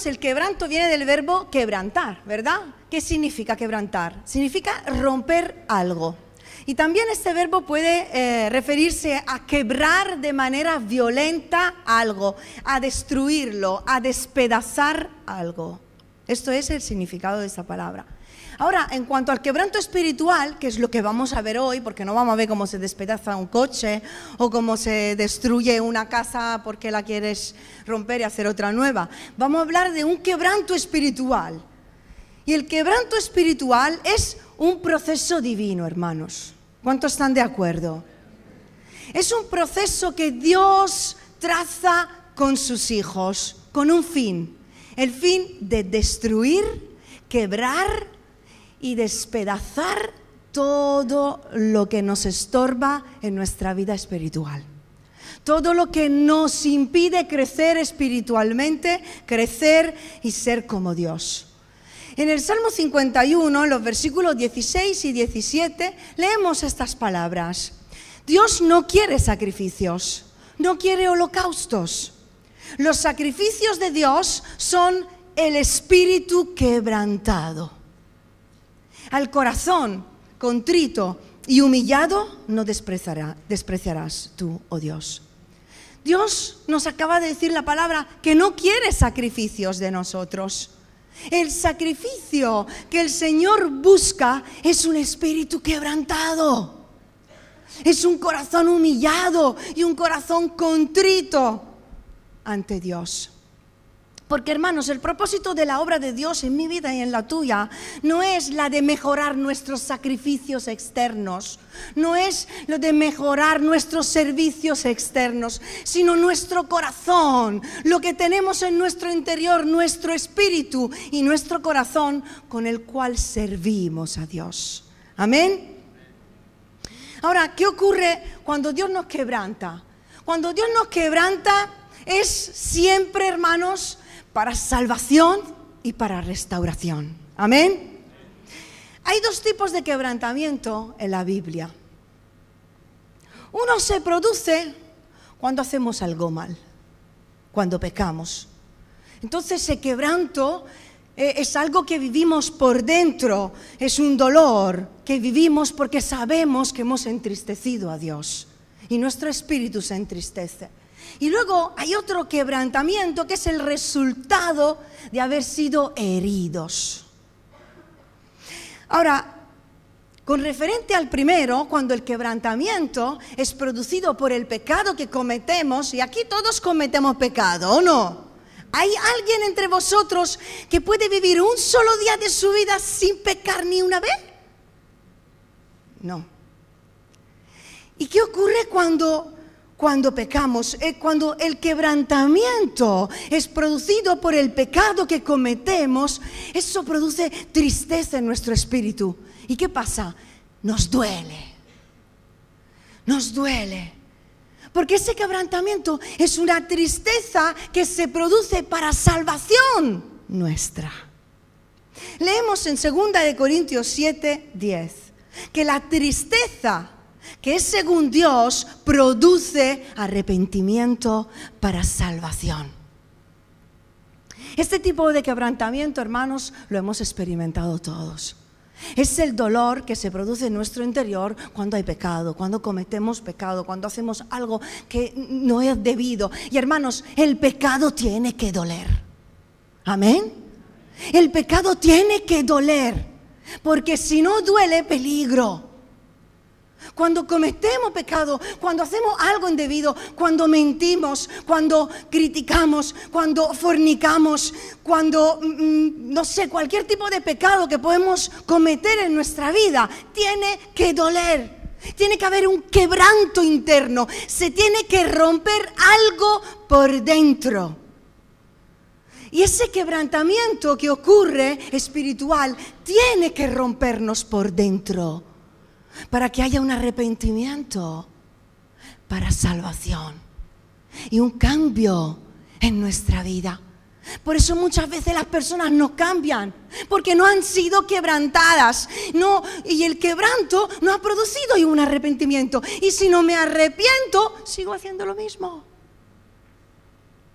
el quebranto viene del verbo quebrantar, ¿verdad? ¿Qué significa quebrantar? Significa romper algo. Y también este verbo puede referirse a quebrar de manera violenta algo, a destruirlo, a despedazar algo. Esto es el significado de esta palabra. Ahora, en cuanto al quebranto espiritual, que es lo que vamos a ver hoy, porque no vamos a ver cómo se despedaza un coche o cómo se destruye una casa porque la quieres romper y hacer otra nueva. Vamos a hablar de un quebranto espiritual. Y el quebranto espiritual es un proceso divino, hermanos. ¿Cuántos están de acuerdo? Es un proceso que Dios traza con sus hijos, con un fin. El fin de destruir, quebrar y despedazar todo lo que nos estorba en nuestra vida espiritual. Todo lo que nos impide crecer espiritualmente, crecer y ser como Dios. En el Salmo 51, en los versículos 16 y 17, leemos estas palabras. Dios no quiere sacrificios, no quiere holocaustos. Los sacrificios de Dios son el espíritu quebrantado. Al corazón contrito y humillado no despreciarás tú, oh Dios. Dios nos acaba de decir la palabra que no quiere sacrificios de nosotros. El sacrificio que el Señor busca es un espíritu quebrantado. Es un corazón humillado y un corazón contrito ante Dios. Porque, hermanos, el propósito de la obra de Dios en mi vida y en la tuya no es la de mejorar nuestros sacrificios externos, no es lo de mejorar nuestros servicios externos, sino nuestro corazón, lo que tenemos en nuestro interior, nuestro espíritu y nuestro corazón con el cual servimos a Dios. Amén. Ahora, ¿qué ocurre cuando Dios nos quebranta? Cuando Dios nos quebranta es siempre, hermanos, para salvación y para restauración. Amén. Hay dos tipos de quebrantamiento en la Biblia. Uno se produce cuando hacemos algo mal, cuando pecamos. Entonces ese quebranto es algo que vivimos por dentro, es un dolor que vivimos porque sabemos que hemos entristecido a Dios y nuestro espíritu se entristece. Y luego hay otro quebrantamiento que es el resultado de haber sido heridos. Ahora, con referente al primero, cuando el quebrantamiento es producido por el pecado que cometemos, y aquí todos cometemos pecado, ¿o no? ¿Hay alguien entre vosotros que puede vivir un solo día de su vida sin pecar ni una vez? No. ¿Y qué ocurre cuando pecamos? Cuando el quebrantamiento es producido por el pecado que cometemos, eso produce tristeza en nuestro espíritu. ¿Y qué pasa? Nos duele. Nos duele. Porque ese quebrantamiento es una tristeza que se produce para salvación nuestra. Leemos en 2 Corintios 7:10 que la tristeza que es según Dios produce arrepentimiento para salvación. Este tipo de quebrantamiento, hermanos, lo hemos experimentado todos. Es el dolor que se produce en nuestro interior cuando hay pecado, cuando cometemos pecado, cuando hacemos algo que no es debido. Y hermanos, el pecado tiene que doler. Amén. El pecado tiene que doler, porque si no duele, peligro. Cuando cometemos pecado, cuando hacemos algo indebido, cuando mentimos, cuando criticamos, cuando fornicamos, cuando, no sé, cualquier tipo de pecado que podemos cometer en nuestra vida, tiene que doler. Tiene que haber un quebranto interno, se tiene que romper algo por dentro. Y ese quebrantamiento que ocurre espiritual tiene que rompernos por dentro, para que haya un arrepentimiento para salvación y un cambio en nuestra vida. Por eso muchas veces las personas no cambian, porque no han sido quebrantadas, no, y el quebranto no ha producido un arrepentimiento. Y si no me arrepiento, sigo haciendo lo mismo.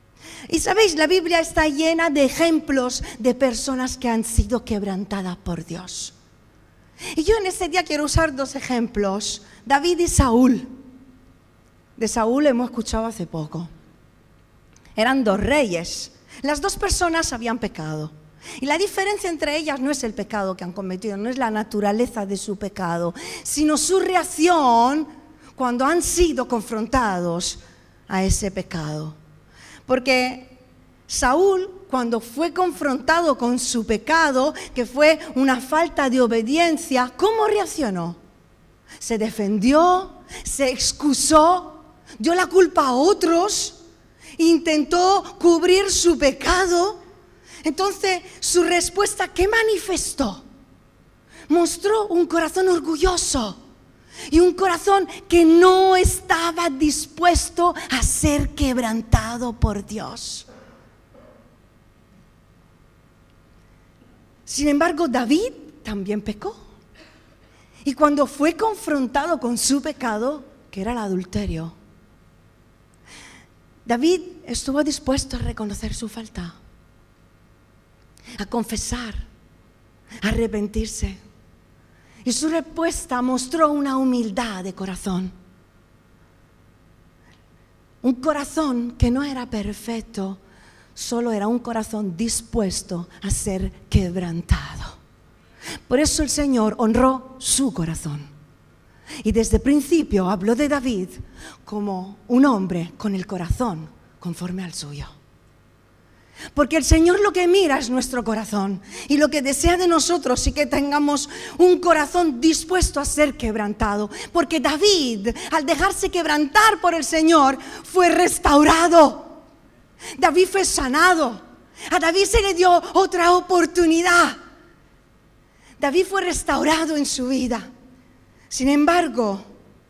Y sabéis, la Biblia está llena de ejemplos de personas que han sido quebrantadas por Dios. Y yo en este día quiero usar dos ejemplos, David y Saúl. De Saúl hemos escuchado hace poco. Eran dos reyes. Las dos personas habían pecado. Y la diferencia entre ellas no es el pecado que han cometido, no es la naturaleza de su pecado, sino su reacción cuando han sido confrontados a ese pecado. Porque Saúl, cuando fue confrontado con su pecado, que fue una falta de obediencia, ¿cómo reaccionó? Se defendió, se excusó, dio la culpa a otros, intentó cubrir su pecado. Entonces, su respuesta, ¿qué manifestó? Mostró un corazón orgulloso y un corazón que no estaba dispuesto a ser quebrantado por Dios. Sin embargo, David también pecó. Y cuando fue confrontado con su pecado, que era el adulterio, David estuvo dispuesto a reconocer su falta, a confesar, a arrepentirse. Y su respuesta mostró una humildad de corazón. Un corazón que no era perfecto, solo era un corazón dispuesto a ser quebrantado. Por eso el Señor honró su corazón. Y desde el principio habló de David como un hombre con el corazón conforme al suyo. Porque el Señor lo que mira es nuestro corazón, y lo que desea de nosotros es que tengamos un corazón dispuesto a ser quebrantado. Porque David, al dejarse quebrantar por el Señor, fue restaurado. David fue sanado. A David se le dio otra oportunidad. David fue restaurado en su vida. Sin embargo,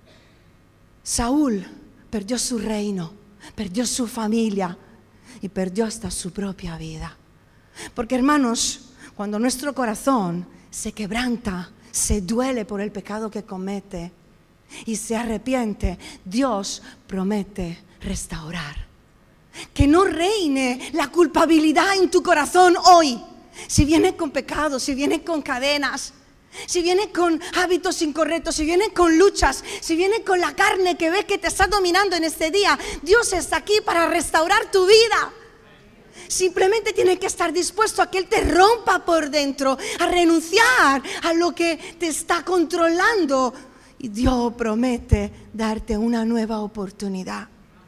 Saúl perdió su reino, perdió su familia y perdió hasta su propia vida. Porque, hermanos, cuando nuestro corazón se quebranta, se duele por el pecado que comete y se arrepiente, Dios promete restaurar. Que no reine la culpabilidad en tu corazón hoy. Si vienes con pecado, si vienes con cadenas, si vienes con hábitos incorrectos, si vienes con luchas, si vienes con la carne que ves que te está dominando en este día, Dios está aquí para restaurar tu vida. Simplemente tienes que estar dispuesto a que Él te rompa por dentro, a renunciar a lo que te está controlando. Y Dios promete darte una nueva oportunidad.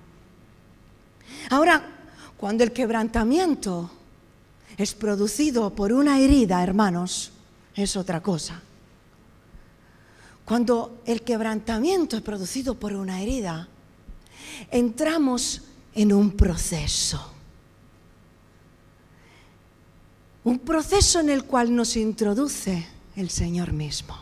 Ahora, cuando el quebrantamiento es producido por una herida, hermanos, es otra cosa. Cuando el quebrantamiento es producido por una herida, entramos en un proceso. Un proceso en el cual nos introduce el Señor mismo.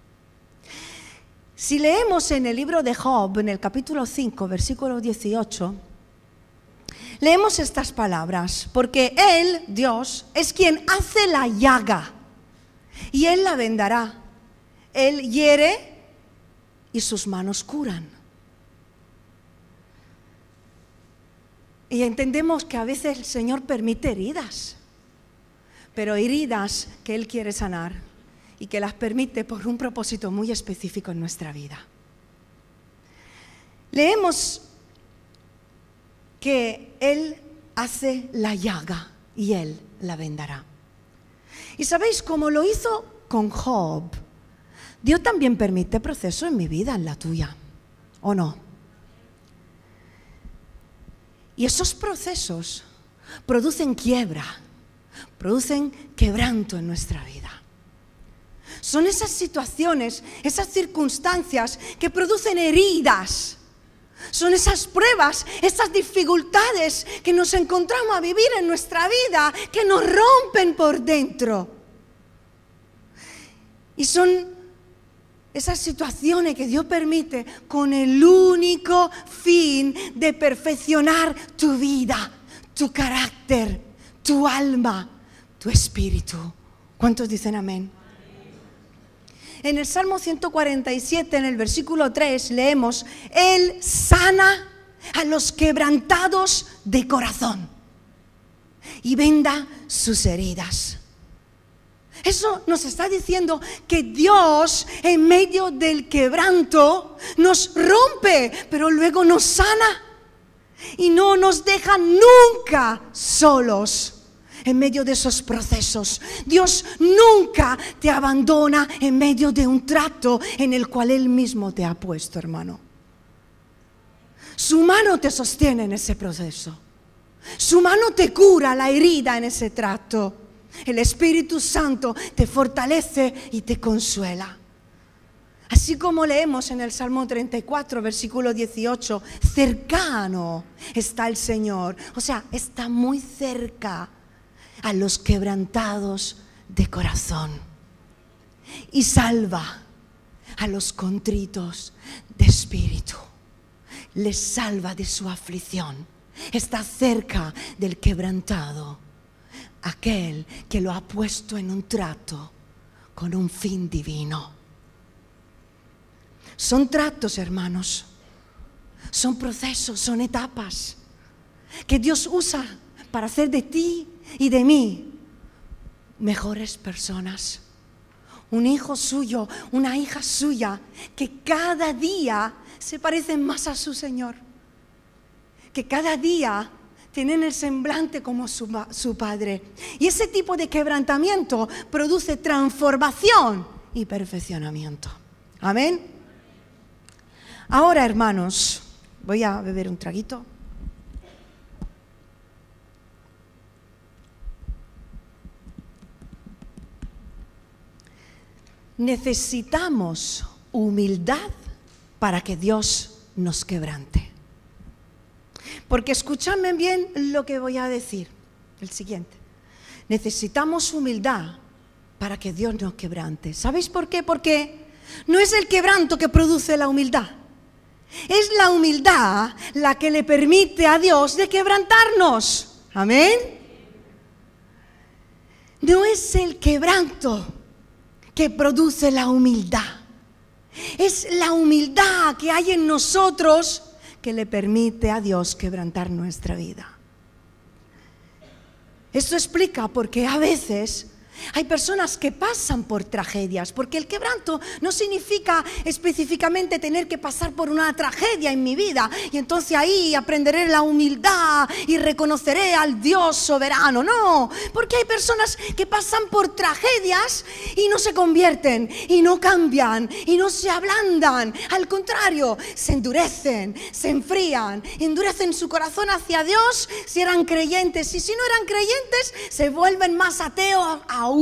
Si leemos en el libro de Job, en el capítulo 5, versículo 18, leemos estas palabras: porque Él, Dios, es quien hace la llaga y Él la vendará. Él hiere y sus manos curan. Y entendemos que a veces el Señor permite heridas, pero heridas que Él quiere sanar y que las permite por un propósito muy específico en nuestra vida. Leemos que Él hace la llaga y Él la vendará. Y sabéis, como lo hizo con Job, Dios también permite procesos en mi vida, en la tuya, ¿o no? Y esos procesos producen quiebra, producen quebranto en nuestra vida. Son esas situaciones, esas circunstancias que producen heridas. Son esas pruebas, esas dificultades que nos encontramos a vivir en nuestra vida, que nos rompen por dentro. Y son esas situaciones que Dios permite con el único fin de perfeccionar tu vida, tu carácter, tu alma, tu espíritu. ¿Cuántos dicen amén? En el Salmo 147, en el versículo 3, leemos: Él sana a los quebrantados de corazón. y venda sus heridas. Eso nos está diciendo que Dios en medio del quebranto nos rompe, pero luego nos sana y no nos deja nunca solos en medio de esos procesos. Dios nunca te abandona en medio de un trato en el cual Él mismo te ha puesto, hermano. Su mano te sostiene en ese proceso. Su mano te cura la herida en ese trato. El Espíritu Santo te fortalece y te consuela. Así como leemos en el Salmo 34, versículo 18, cercano está el Señor. O sea, está muy cerca a los quebrantados de corazón. Y salva a los contritos de espíritu. Les salva de su aflicción. Está cerca del quebrantado, aquel que lo ha puesto en un trato con un fin divino. Son tratos, hermanos, son procesos, son etapas que Dios usa para hacer de ti y de mí mejores personas. Un hijo suyo, una hija suya, que cada día se parecen más a su Señor, que cada día tienen el semblante como su Padre. Y ese tipo de quebrantamiento produce transformación y perfeccionamiento. Amén. Ahora, hermanos, voy a beber un traguito. Necesitamos humildad para que Dios nos quebrante. Porque escúchame bien lo que voy a decir, el siguiente. Necesitamos humildad para que Dios nos quebrante. ¿Sabéis por qué? Porque no es el quebranto que produce la humildad. Es la humildad la que le permite a Dios de quebrantarnos. Amén. No es el quebranto que produce la humildad. Es la humildad que hay en nosotros que le permite a Dios quebrantar nuestra vida. Esto explica por qué a veces hay personas que pasan por tragedias, porque el quebranto no significa específicamente tener que pasar por una tragedia en mi vida y entonces ahí aprenderé la humildad y reconoceré al Dios soberano. No, porque hay personas que pasan por tragedias y no se convierten y no cambian y no se ablandan. Al contrario, se endurecen, se enfrían, endurecen su corazón hacia Dios si eran creyentes, y si no eran creyentes se vuelven más ateos aún.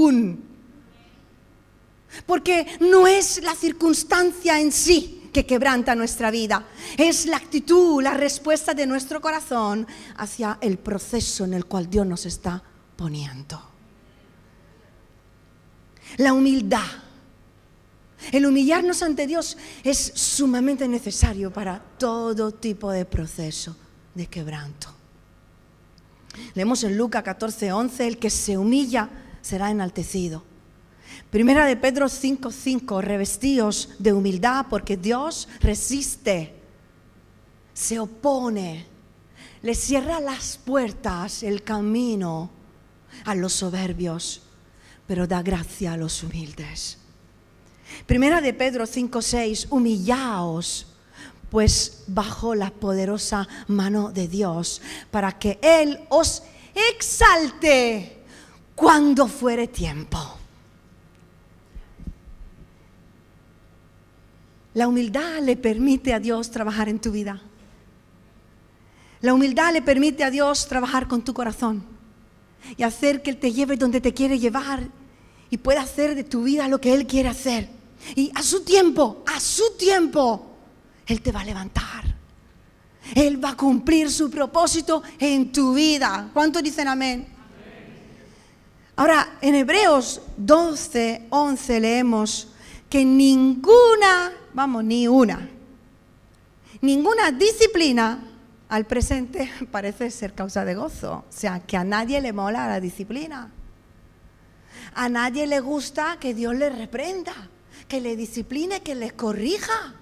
Porque no es la circunstancia en sí que quebranta nuestra vida, es la actitud, la respuesta de nuestro corazón hacia el proceso en el cual Dios nos está poniendo. La humildad, el humillarnos ante Dios es sumamente necesario para todo tipo de proceso de quebranto. Leemos en Lucas 14:11, el que se humilla será enaltecido. Primera de Pedro 5:5, revestíos de humildad porque Dios resiste, se opone, le cierra las puertas, el camino a los soberbios, pero da gracia a los humildes. Primera de Pedro 5:6, humillaos pues bajo la poderosa mano de Dios para que Él os exalte cuando fuere tiempo. La humildad le permite a Dios trabajar en tu vida. La humildad le permite a Dios trabajar con tu corazón y hacer que Él te lleve donde te quiere llevar y pueda hacer de tu vida lo que Él quiere hacer. Y a su tiempo, Él te va a levantar. Él va a cumplir su propósito en tu vida. ¿Cuántos dicen amén? Ahora, en Hebreos 12:11 leemos que ninguna disciplina al presente parece ser causa de gozo. O sea, que a nadie le mola la disciplina. A nadie le gusta que Dios le reprenda, que le discipline, que le corrija,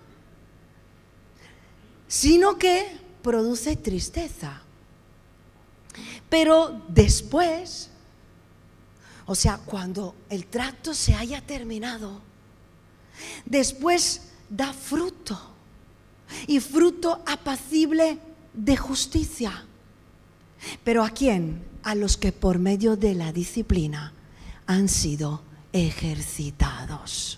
sino que produce tristeza. Pero después, o sea, cuando el trato se haya terminado, después da fruto, y fruto apacible de justicia. ¿Pero a quién? A los que por medio de la disciplina han sido ejercitados.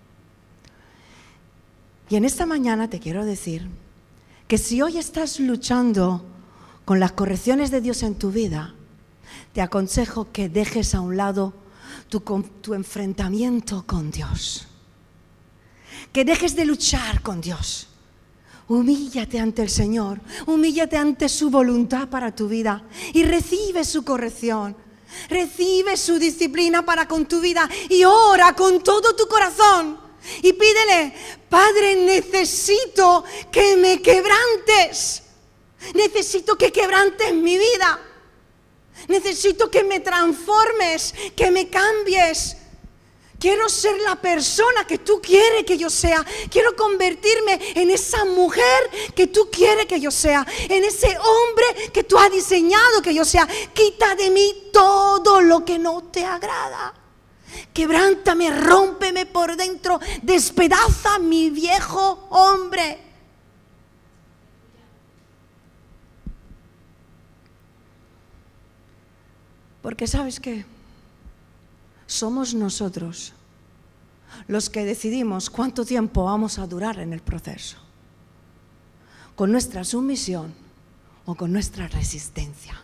Y en esta mañana te quiero decir que si hoy estás luchando con las correcciones de Dios en tu vida, te aconsejo que dejes a un lado tu enfrentamiento con Dios. Que dejes de luchar con Dios. Humíllate ante el Señor, humíllate ante su voluntad para tu vida y recibe su corrección, recibe su disciplina para con tu vida y ora con todo tu corazón y pídele: Padre, necesito que me quebrantes, necesito que quebrantes mi vida, necesito que me transformes, que me cambies. Quiero ser la persona que tú quieres que yo sea. Quiero convertirme en esa mujer que tú quieres que yo sea. En ese hombre que tú has diseñado que yo sea. Quita de mí todo lo que no te agrada. Quebrántame, rómpeme por dentro. Despedaza mi viejo hombre. Porque ¿sabes qué? Somos nosotros los que decidimos cuánto tiempo vamos a durar en el proceso, con nuestra sumisión o con nuestra resistencia.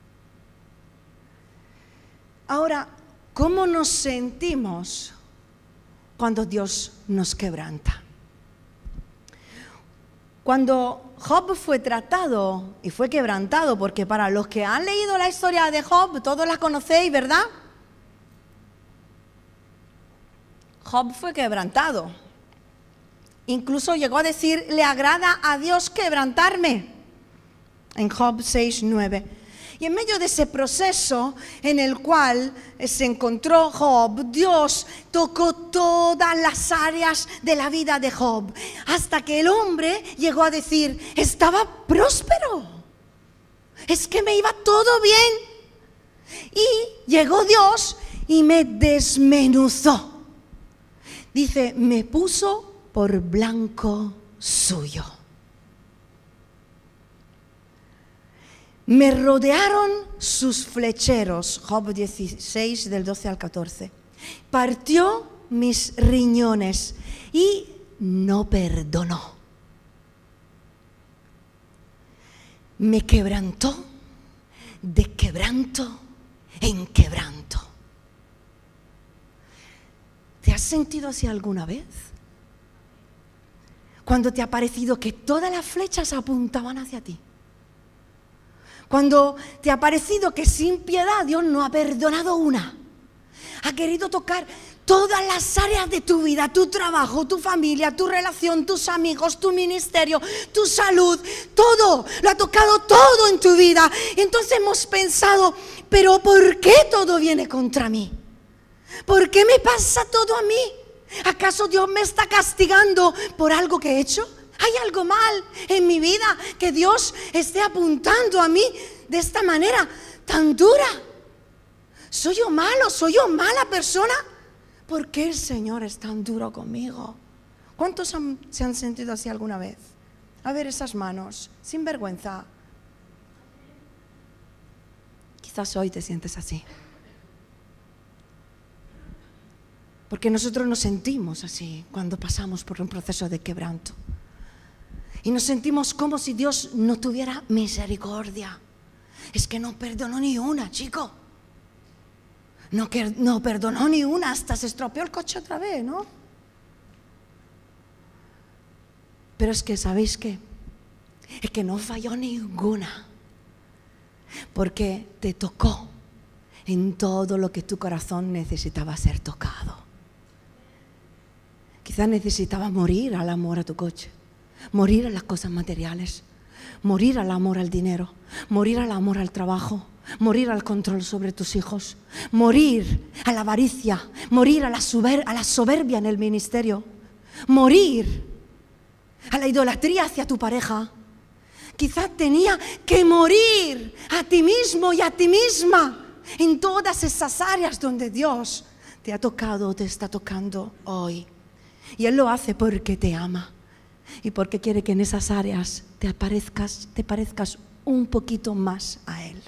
Ahora, ¿cómo nos sentimos cuando Dios nos quebranta? Cuando Job fue tratado y fue quebrantado, porque para los que han leído la historia de Job, todos la conocéis, ¿verdad? Job fue quebrantado. Incluso llegó a decir: le agrada a Dios quebrantarme. En Job 6:9. Y en medio de ese proceso en el cual se encontró Job, Dios tocó todas las áreas de la vida de Job, hasta que el hombre llegó a decir: estaba próspero, es que me iba todo bien. Y llegó Dios y me desmenuzó. Dice: me puso por blanco suyo. Me rodearon sus flecheros. Job 16, del 12 al 14. Partió mis riñones y no perdonó. Me quebrantó de quebranto en quebranto. ¿Te has sentido así alguna vez? Cuando te ha parecido que todas las flechas apuntaban hacia ti. Cuando te ha parecido que sin piedad Dios no ha perdonado una. Ha querido tocar todas las áreas de tu vida, tu trabajo, tu familia, tu relación, tus amigos, tu ministerio, tu salud, todo. Lo ha tocado todo en tu vida. Entonces hemos pensado: ¿pero por qué todo viene contra mí? ¿Por qué me pasa todo a mí? ¿Acaso Dios me está castigando por algo que he hecho? ¿Hay algo mal en mi vida que Dios esté apuntando a mí de esta manera tan dura? ¿Soy yo malo? ¿Soy yo mala persona? ¿Por qué el Señor es tan duro conmigo? ¿Cuántos se han sentido así alguna vez? A ver esas manos, sin vergüenza. Quizás hoy te sientes así. Porque nosotros nos sentimos así cuando pasamos por un proceso de quebranto. Y nos sentimos como si Dios no tuviera misericordia. Es que no perdonó ni una, chico. No perdonó ni una, hasta se estropeó el coche otra vez, ¿no? Pero es que, ¿sabéis qué? Es que no falló ninguna. Porque te tocó en todo lo que tu corazón necesitaba ser tocado. Quizás necesitaba morir al amor a tu coche, morir a las cosas materiales, morir al amor al dinero, morir al amor al trabajo, morir al control sobre tus hijos, morir a la avaricia, morir a la soberbia en el ministerio, morir a la idolatría hacia tu pareja. Quizás tenía que morir a ti mismo y a ti misma en todas esas áreas donde Dios te ha tocado o te está tocando hoy. Y Él lo hace porque te ama y porque quiere que en esas áreas te parezcas un poquito más a Él.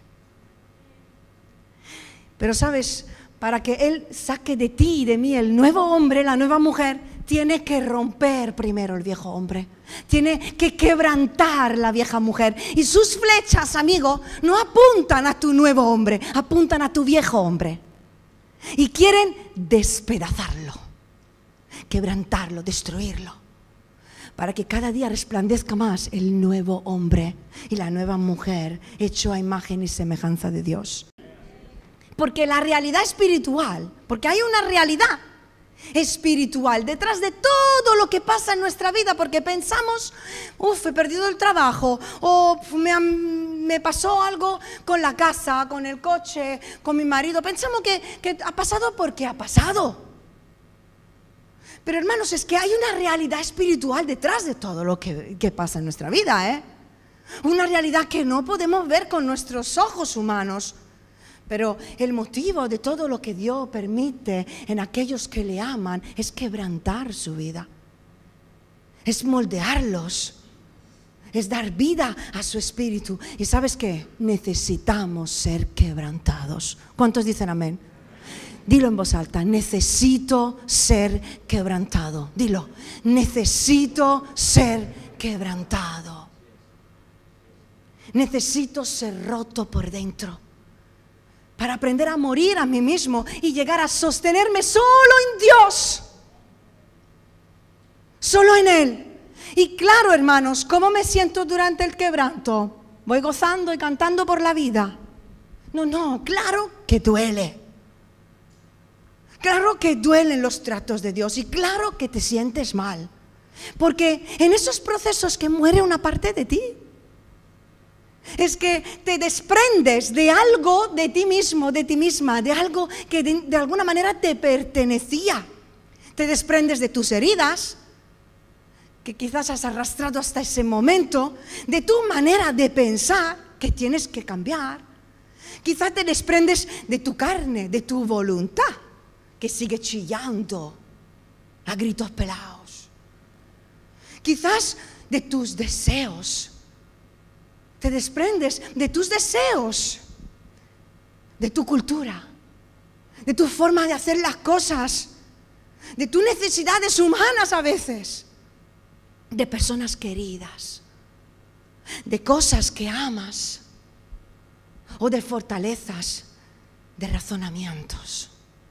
Pero sabes, para que Él saque de ti y de mí el nuevo hombre, la nueva mujer, tiene que romper primero el viejo hombre. Tiene que quebrantar la vieja mujer. Y sus flechas, amigo, no apuntan a tu nuevo hombre, apuntan a tu viejo hombre. Y quieren despedazarlo, quebrantarlo, destruirlo, para que cada día resplandezca más el nuevo hombre y la nueva mujer hecho a imagen y semejanza de Dios. Porque la realidad espiritual, porque hay una realidad espiritual detrás de todo lo que pasa en nuestra vida, porque pensamos, he perdido el trabajo, o me pasó algo con la casa, con el coche, con mi marido. Pensamos que ha pasado porque ha pasado. Pero hermanos, es que hay una realidad espiritual detrás de todo lo que pasa en nuestra vida, ¿eh? Una realidad que no podemos ver con nuestros ojos humanos. Pero el motivo de todo lo que Dios permite en aquellos que le aman es quebrantar su vida, es moldearlos, es dar vida a su espíritu. ¿Y sabes qué? Necesitamos ser quebrantados. ¿Cuántos dicen amén? Dilo en voz alta: necesito ser quebrantado. Dilo: necesito ser quebrantado. Necesito ser roto por dentro, para aprender a morir a mí mismo y llegar a sostenerme solo en Dios, solo en Él. Y claro, hermanos, ¿cómo me siento durante el quebranto? ¿Voy gozando y cantando por la vida? No, claro que duele. Claro que duelen los tratos de Dios y claro que te sientes mal. Porque en esos procesos que muere una parte de ti, es que te desprendes de algo de ti mismo, de ti misma, de algo que de alguna manera te pertenecía. Te desprendes de tus heridas, que quizás has arrastrado hasta ese momento, de tu manera de pensar, que tienes que cambiar. Quizás te desprendes de tu carne, de tu voluntad, que sigue chillando a gritos pelados. Quizás de tus deseos. Te desprendes de tus deseos, de tu cultura, de tu forma de hacer las cosas, de tus necesidades humanas a veces, de personas queridas, de cosas que amas o de fortalezas, de razonamientos.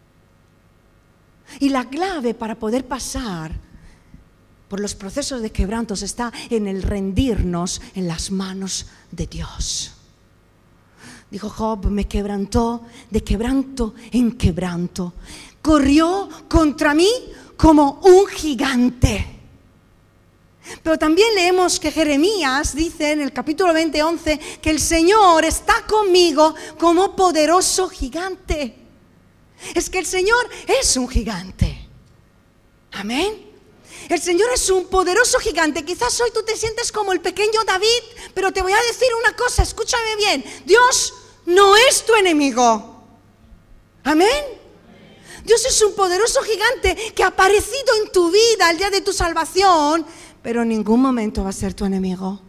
Y la clave para poder pasar por los procesos de quebrantos está en el rendirnos en las manos de Dios. Dijo Job: me quebrantó de quebranto en quebranto. Corrió contra mí como un gigante. Pero también leemos que Jeremías dice en el capítulo 20:11 que el Señor está conmigo como poderoso gigante. Es que el Señor es un gigante. Amén. El Señor es un poderoso gigante. Quizás hoy tú te sientes como el pequeño David, pero te voy a decir una cosa, escúchame bien. Dios no es tu enemigo. Amén. Dios es un poderoso gigante que ha aparecido en tu vida el día de tu salvación, pero en ningún momento va a ser tu enemigo.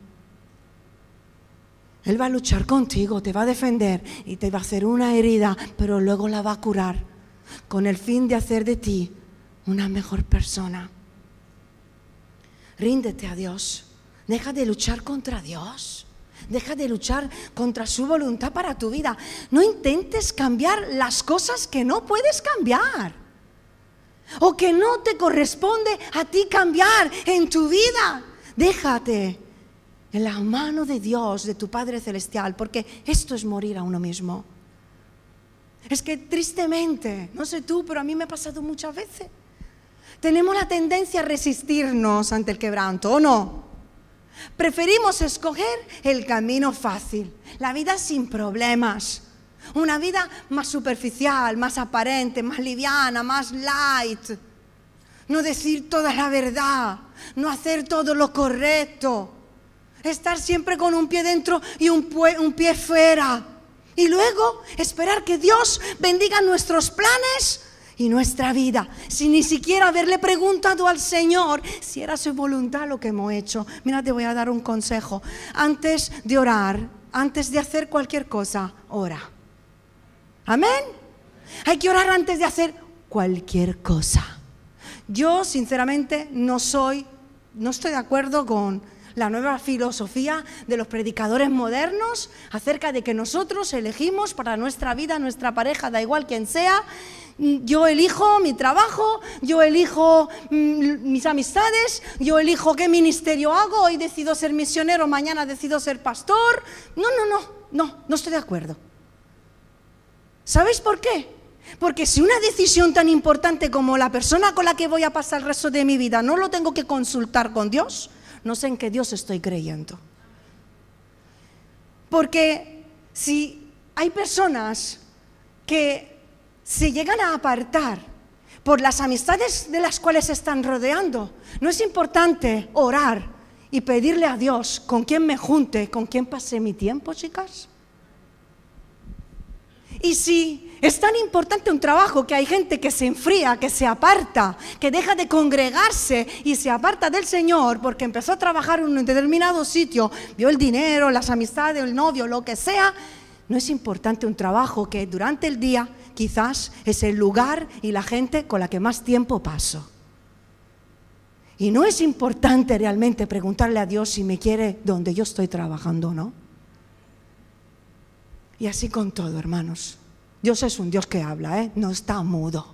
Él va a luchar contigo, te va a defender y te va a hacer una herida, pero luego la va a curar con el fin de hacer de ti una mejor persona. Ríndete a Dios. Deja de luchar contra Dios. Deja de luchar contra su voluntad para tu vida. No intentes cambiar las cosas que no puedes cambiar o que no te corresponde a ti cambiar en tu vida. Déjate en la mano de Dios, de tu Padre Celestial, porque esto es morir a uno mismo. Es que tristemente, no sé tú, pero a mí me ha pasado muchas veces. Tenemos la tendencia a resistirnos ante el quebranto, ¿o no? Preferimos escoger el camino fácil, la vida sin problemas, una vida más superficial, más aparente, más liviana, más light. No decir toda la verdad, no hacer todo lo correcto. Estar siempre con un pie dentro y un pie fuera. Y luego esperar que Dios bendiga nuestros planes y nuestra vida, sin ni siquiera haberle preguntado al Señor si era su voluntad lo que hemos hecho. Mira, te voy a dar un consejo. Antes de orar, antes de hacer cualquier cosa, ora. Amén. Hay que orar antes de hacer cualquier cosa. Yo, sinceramente, no estoy de acuerdo con la nueva filosofía de los predicadores modernos acerca de que nosotros elegimos para nuestra vida, nuestra pareja, da igual quién sea. Yo elijo mi trabajo, yo elijo mis amistades, yo elijo qué ministerio hago. Hoy decido ser misionero, mañana decido ser pastor. No estoy de acuerdo. ¿Sabéis por qué? Porque si una decisión tan importante como la persona con la que voy a pasar el resto de mi vida no lo tengo que consultar con Dios, no sé en qué Dios estoy creyendo. Porque si hay personas que se llegan a apartar por las amistades de las cuales se están rodeando, ¿no es importante orar y pedirle a Dios con quién me junte, con quién pase mi tiempo, chicas? Y si es tan importante un trabajo que hay gente que se enfría, que se aparta, que deja de congregarse y se aparta del Señor porque empezó a trabajar en un determinado sitio, vio el dinero, las amistades, el novio, lo que sea, ¿no es importante un trabajo que durante el día quizás es el lugar y la gente con la que más tiempo paso? Y no es importante realmente preguntarle a Dios si me quiere donde yo estoy trabajando o no. Y así con todo, hermanos. Dios es un Dios que habla, no está mudo.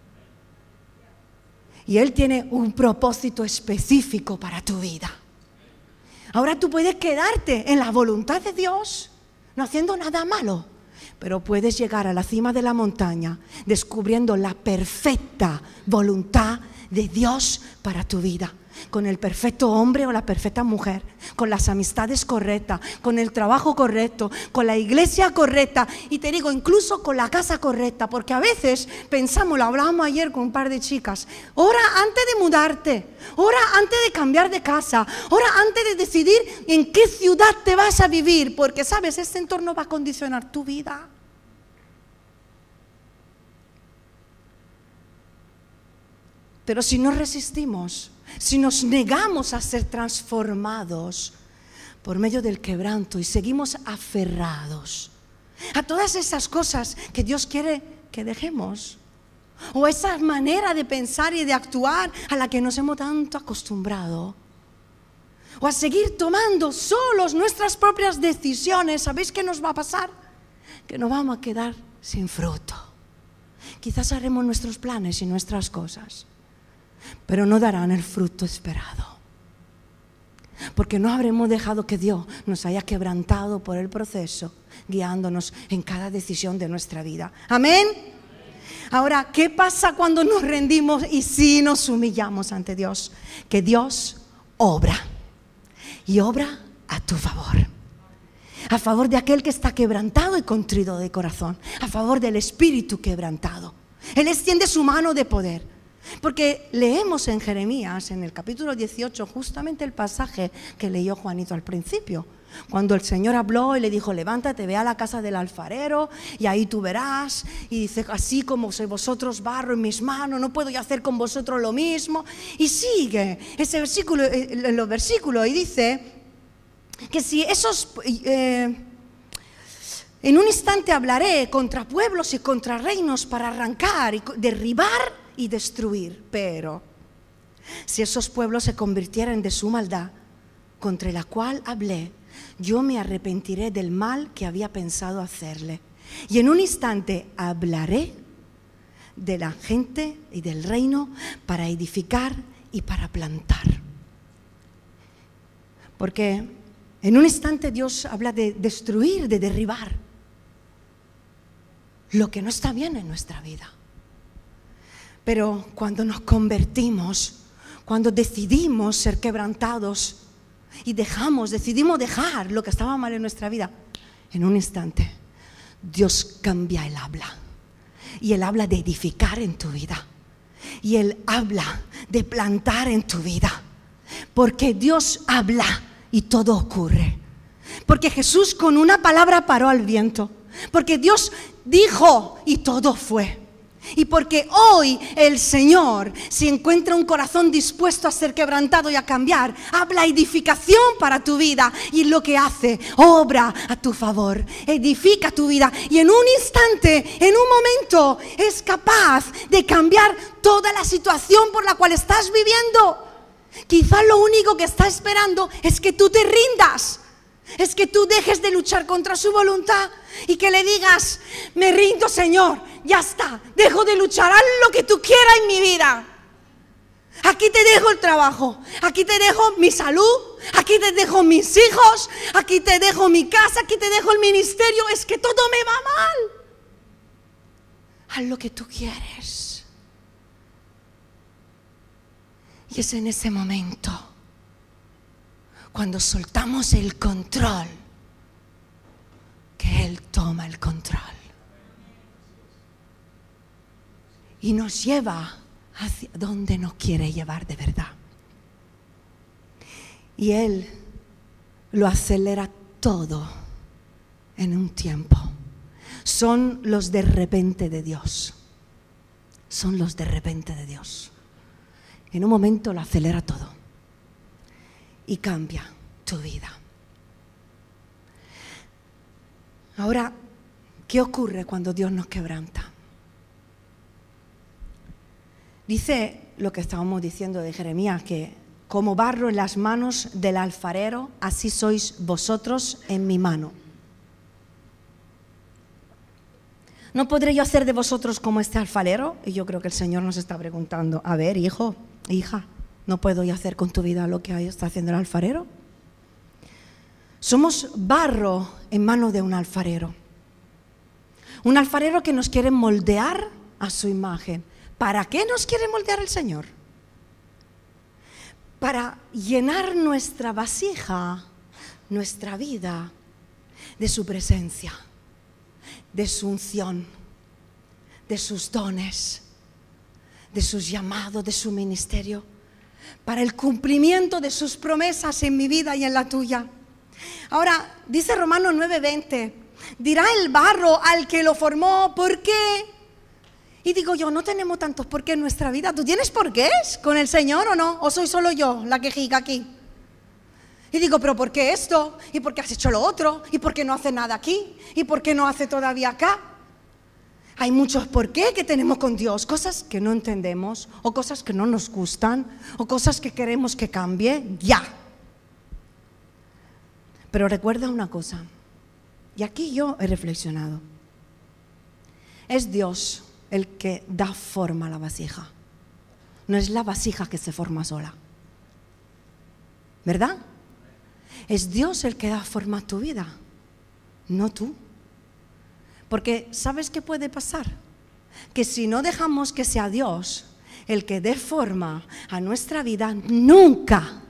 Y Él tiene un propósito específico para tu vida. Ahora tú puedes quedarte en la voluntad de Dios, no haciendo nada malo, pero puedes llegar a la cima de la montaña descubriendo la perfecta voluntad de Dios para tu vida, con el perfecto hombre o la perfecta mujer, con las amistades correctas, con el trabajo correcto, con la iglesia correcta y te digo, incluso con la casa correcta, porque a veces pensamos, lo hablábamos ayer con un par de chicas, ora antes de mudarte, ora antes de cambiar de casa, ora antes de decidir en qué ciudad te vas a vivir, porque sabes, este entorno va a condicionar tu vida. Pero si no resistimos, si nos negamos a ser transformados por medio del quebranto y seguimos aferrados a todas esas cosas que Dios quiere que dejemos, o esa manera de pensar y de actuar a la que nos hemos tanto acostumbrado, o a seguir tomando solos nuestras propias decisiones, ¿sabéis qué nos va a pasar? Que nos vamos a quedar sin fruto. Quizás haremos nuestros planes y nuestras cosas, pero no darán el fruto esperado, porque no habremos dejado que Dios nos haya quebrantado por el proceso, guiándonos en cada decisión de nuestra vida. Amén. Ahora, ¿qué pasa cuando nos rendimos y sí nos humillamos ante Dios? Que Dios obra, y obra a tu favor, a favor de aquel que está quebrantado y contrito de corazón, a favor del espíritu quebrantado. Él extiende su mano de poder. Porque leemos en Jeremías, en el capítulo 18, justamente el pasaje que leyó Juanito al principio, cuando el Señor habló y le dijo, levántate, ve a la casa del alfarero y ahí tú verás. Y dice, así como sois vosotros barro en mis manos, no puedo yo hacer con vosotros lo mismo. Y sigue ese versículo, los versículos, y dice que si esos... en un instante hablaré contra pueblos y contra reinos para arrancar y derribar y destruir, pero si esos pueblos se convirtieren de su maldad contra la cual hablé, yo me arrepentiré del mal que había pensado hacerle, y en un instante hablaré de la gente y del reino para edificar y para plantar. Porque en un instante Dios habla de destruir, de derribar lo que no está bien en nuestra vida. Pero cuando nos convertimos, cuando decidimos ser quebrantados y decidimos dejar lo que estaba mal en nuestra vida, en un instante Dios cambia el habla, y Él habla de edificar en tu vida, y Él habla de plantar en tu vida, porque Dios habla y todo ocurre. Porque Jesús con una palabra paró al viento. Porque Dios dijo y todo fue. Y porque hoy el Señor, si encuentra un corazón dispuesto a ser quebrantado y a cambiar, habla edificación para tu vida. Y lo que hace, obra a tu favor, edifica tu vida. Y en un instante, en un momento, es capaz de cambiar toda la situación por la cual estás viviendo. Quizás lo único que está esperando es que tú te rindas. Es que tú dejes de luchar contra su voluntad y que le digas: me rindo, Señor, ya está, dejo de luchar, haz lo que tú quieras en mi vida. Aquí te dejo el trabajo, aquí te dejo mi salud, aquí te dejo mis hijos, aquí te dejo mi casa, aquí te dejo el ministerio, es que todo me va mal. Haz lo que tú quieres. Y es en ese momento, cuando soltamos el control, que Él toma el control y nos lleva hacia donde nos quiere llevar de verdad. Y Él lo acelera todo en un tiempo. Son los de repente de Dios. Son los de repente de Dios. En un momento lo acelera todo y cambia tu vida. Ahora, ¿qué ocurre cuando Dios nos quebranta? Dice lo que estábamos diciendo de Jeremías, que como barro en las manos del alfarero, así sois vosotros en mi mano. ¿No podré yo hacer de vosotros como este alfarero? Y yo creo que el Señor nos está preguntando: a ver, hijo, hija, ¿no puedo yo hacer con tu vida lo que está haciendo el alfarero? Somos barro en manos de un alfarero. Un alfarero que nos quiere moldear a su imagen. ¿Para qué nos quiere moldear el Señor? Para llenar nuestra vasija, nuestra vida, de su presencia, de su unción, de sus dones, de sus llamados, de su ministerio, para el cumplimiento de sus promesas en mi vida y en la tuya. Ahora, dice Romanos 9:20, dirá el barro al que lo formó: ¿por qué? Y digo yo, no tenemos tantos por qué en nuestra vida. ¿Tú tienes por qué con el Señor o no? ¿O soy solo yo la quejica aquí? Y digo, ¿pero por qué esto? ¿Y por qué has hecho lo otro? ¿Y por qué no hace nada aquí? ¿Y por qué no hace todavía acá? Hay muchos por qué que tenemos con Dios. Cosas que no entendemos, o cosas que no nos gustan, o cosas que queremos que cambie ya. Pero recuerda una cosa, y aquí yo he reflexionado. Es Dios el que da forma a la vasija. No es la vasija que se forma sola. ¿Verdad? Es Dios el que da forma a tu vida, no tú. Porque ¿sabes qué puede pasar? Que si no dejamos que sea Dios el que dé forma a nuestra vida, nunca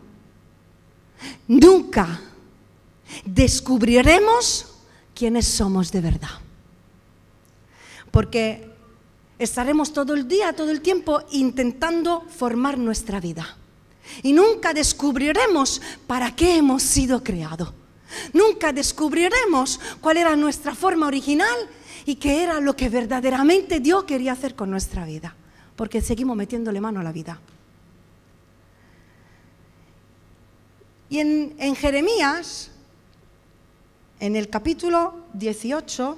descubriremos quiénes somos de verdad. Porque estaremos todo el día, todo el tiempo intentando formar nuestra vida. Y nunca descubriremos para qué hemos sido creados. Nunca descubriremos cuál era nuestra forma original y qué era lo que verdaderamente Dios quería hacer con nuestra vida. Porque seguimos metiéndole mano a la vida. Y en Jeremías, en el capítulo 18,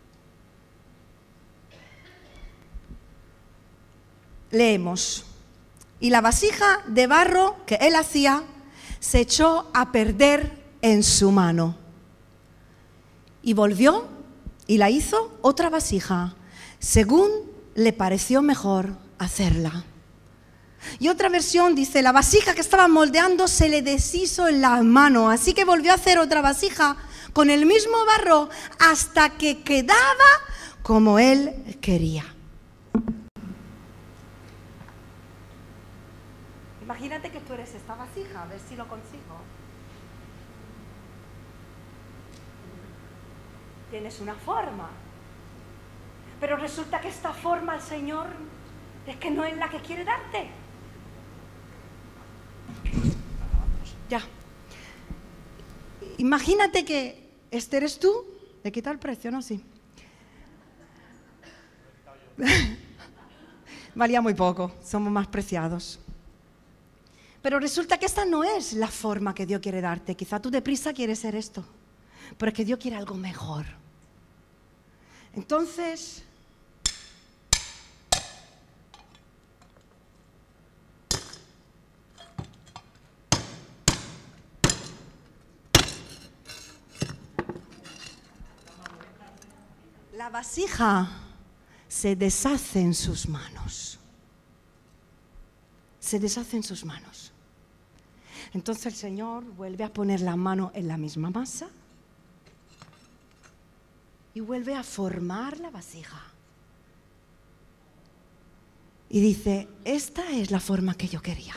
leemos: y la vasija de barro que él hacía se echó a perder en su mano. Y volvió y la hizo otra vasija, según le pareció mejor hacerla. Y otra versión dice: la vasija que estaba moldeando se le deshizo en la mano, así que volvió a hacer otra vasija con el mismo barro hasta que quedaba como él quería. Imagínate que tú eres esta vasija, a ver si lo consigo. Tienes una forma, pero resulta que esta forma el Señor es que no es la que quiere darte. Ya. Imagínate que este eres tú, le quita el precio, ¿no? Sí. Valía muy poco, somos más preciados. Pero resulta que esta no es la forma que Dios quiere darte. Quizá tú deprisa quieres ser esto, pero es que Dios quiere algo mejor. Entonces, la vasija se deshace en sus manos. Se deshace en sus manos. Entonces el Señor vuelve a poner la mano en la misma masa y vuelve a formar la vasija. Y dice, esta es la forma que yo quería.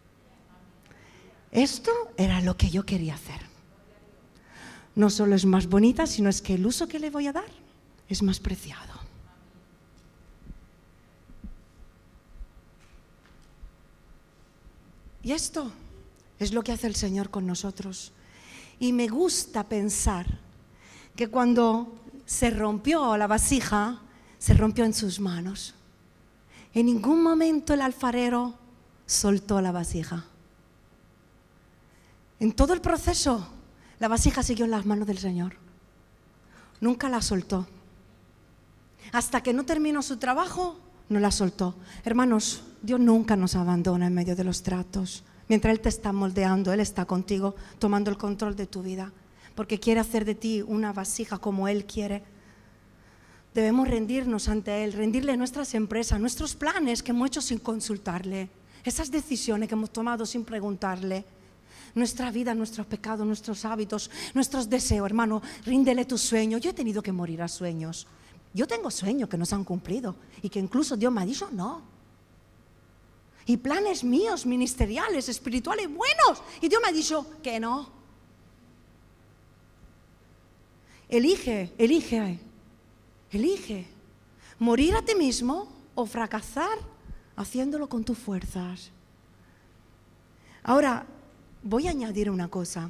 Esto era lo que yo quería hacer. No solo es más bonita, sino es que el uso que le voy a dar es más preciado. Y esto es lo que hace el Señor con nosotros. Y me gusta pensar que cuando se rompió la vasija, se rompió en sus manos. En ningún momento el alfarero soltó la vasija. En todo el proceso, la vasija siguió en las manos del Señor. Nunca la soltó. Hasta que no terminó su trabajo, no la soltó. Hermanos, Dios nunca nos abandona en medio de los tratos. Mientras Él te está moldeando, Él está contigo, tomando el control de tu vida, porque quiere hacer de ti una vasija como Él quiere. Debemos rendirnos ante Él, rendirle nuestras empresas, nuestros planes que hemos hecho sin consultarle, esas decisiones que hemos tomado sin preguntarle, nuestra vida, nuestros pecados, nuestros hábitos, nuestros deseos. Hermano, ríndele tus sueños. Yo he tenido que morir a sueños. Yo tengo sueños que no se han cumplido y que incluso Dios me ha dicho no. Y planes míos, ministeriales, espirituales, buenos. Y Dios me ha dicho que no. Elige. Morir a ti mismo o fracasar haciéndolo con tus fuerzas. Ahora, voy a añadir una cosa.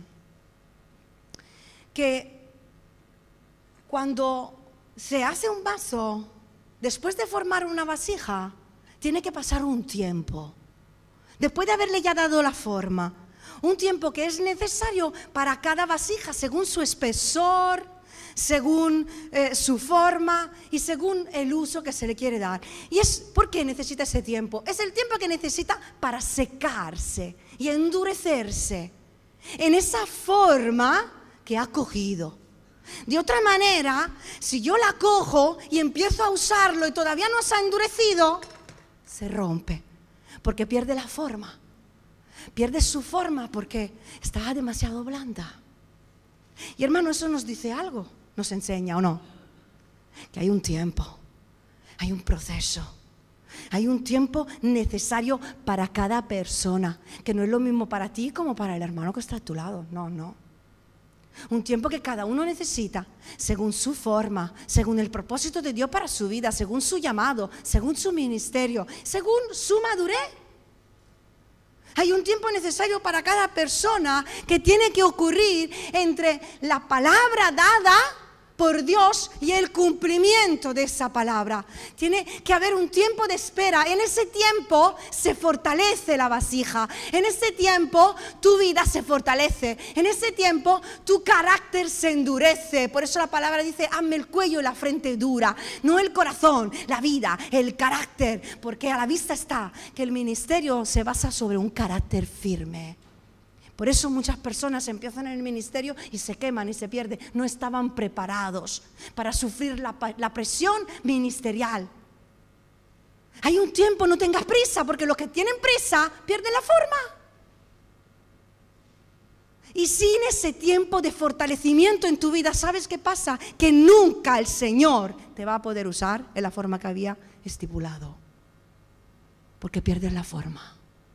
Que cuando se hace un vaso, después de formar una vasija, tiene que pasar un tiempo. Después de haberle ya dado la forma, un tiempo que es necesario para cada vasija, según su espesor, según su forma y según el uso que se le quiere dar. ¿Y es por qué necesita ese tiempo? Es el tiempo que necesita para secarse y endurecerse en esa forma que ha cogido. De otra manera, si yo la cojo y empiezo a usarlo y todavía no se ha endurecido, se rompe, porque pierde la forma. Pierde su forma porque está demasiado blanda. Y hermano, eso nos dice algo, nos enseña o no, que hay un tiempo, hay un proceso, hay un tiempo necesario para cada persona, que no es lo mismo para ti como para el hermano que está a tu lado, no. Un tiempo que cada uno necesita, según su forma, según el propósito de Dios para su vida, según su llamado, según su ministerio, según su madurez. Hay un tiempo necesario para cada persona que tiene que ocurrir entre la palabra dada por Dios y el cumplimiento de esa palabra. Tiene que haber un tiempo de espera. En ese tiempo se fortalece la vasija. En ese tiempo tu vida se fortalece. En ese tiempo tu carácter se endurece. Por eso la palabra dice, hazme el cuello y la frente dura. No el corazón, la vida, el carácter. Porque a la vista está que el ministerio se basa sobre un carácter firme. Por eso muchas personas empiezan en el ministerio y se queman y se pierden. No estaban preparados para sufrir la presión ministerial. Hay un tiempo, no tengas prisa, porque los que tienen prisa pierden la forma. Y sin ese tiempo de fortalecimiento en tu vida, ¿sabes qué pasa? Que nunca el Señor te va a poder usar en la forma que había estipulado. Porque pierdes la forma.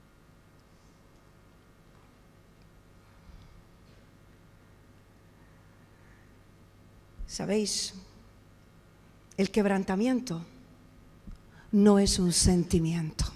¿Sabéis? El quebrantamiento no es un sentimiento,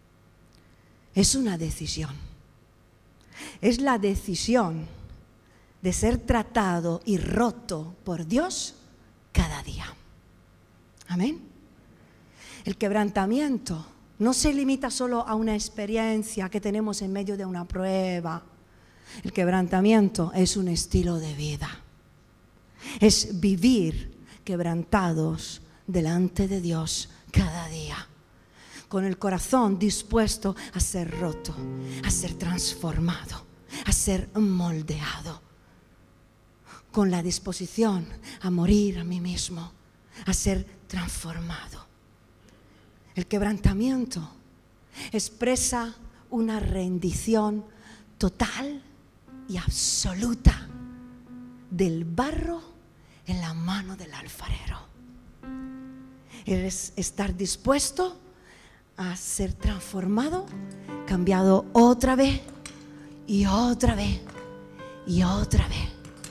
es una decisión. Es la decisión de ser tratado y roto por Dios cada día. Amén. El quebrantamiento no se limita solo a una experiencia que tenemos en medio de una prueba. El quebrantamiento es un estilo de vida. Es vivir quebrantados delante de Dios cada día, con el corazón dispuesto a ser roto, a ser transformado, a ser moldeado, con la disposición a morir a mí mismo, a ser transformado. El quebrantamiento expresa una rendición total y absoluta del barro en la mano del alfarero. Es estar dispuesto a ser transformado, cambiado otra vez y otra vez y otra vez,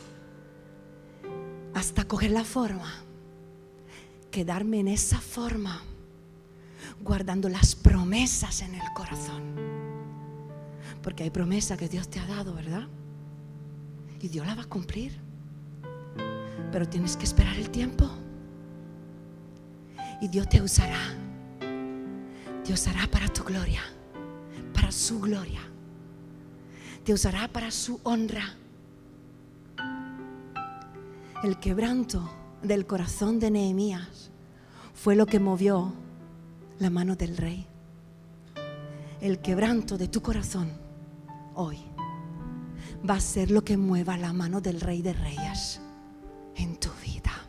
hasta coger la forma, quedarme en esa forma, guardando las promesas en el corazón. Porque hay promesa que Dios te ha dado, ¿verdad? Y Dios la va a cumplir. Pero tienes que esperar el tiempo. Y Dios te usará. Te usará para tu gloria, para su gloria. Te usará para su honra. El quebranto del corazón de Nehemías fue lo que movió la mano del rey. El quebranto de tu corazón hoy va a ser lo que mueva la mano del Rey de Reyes en tu vida.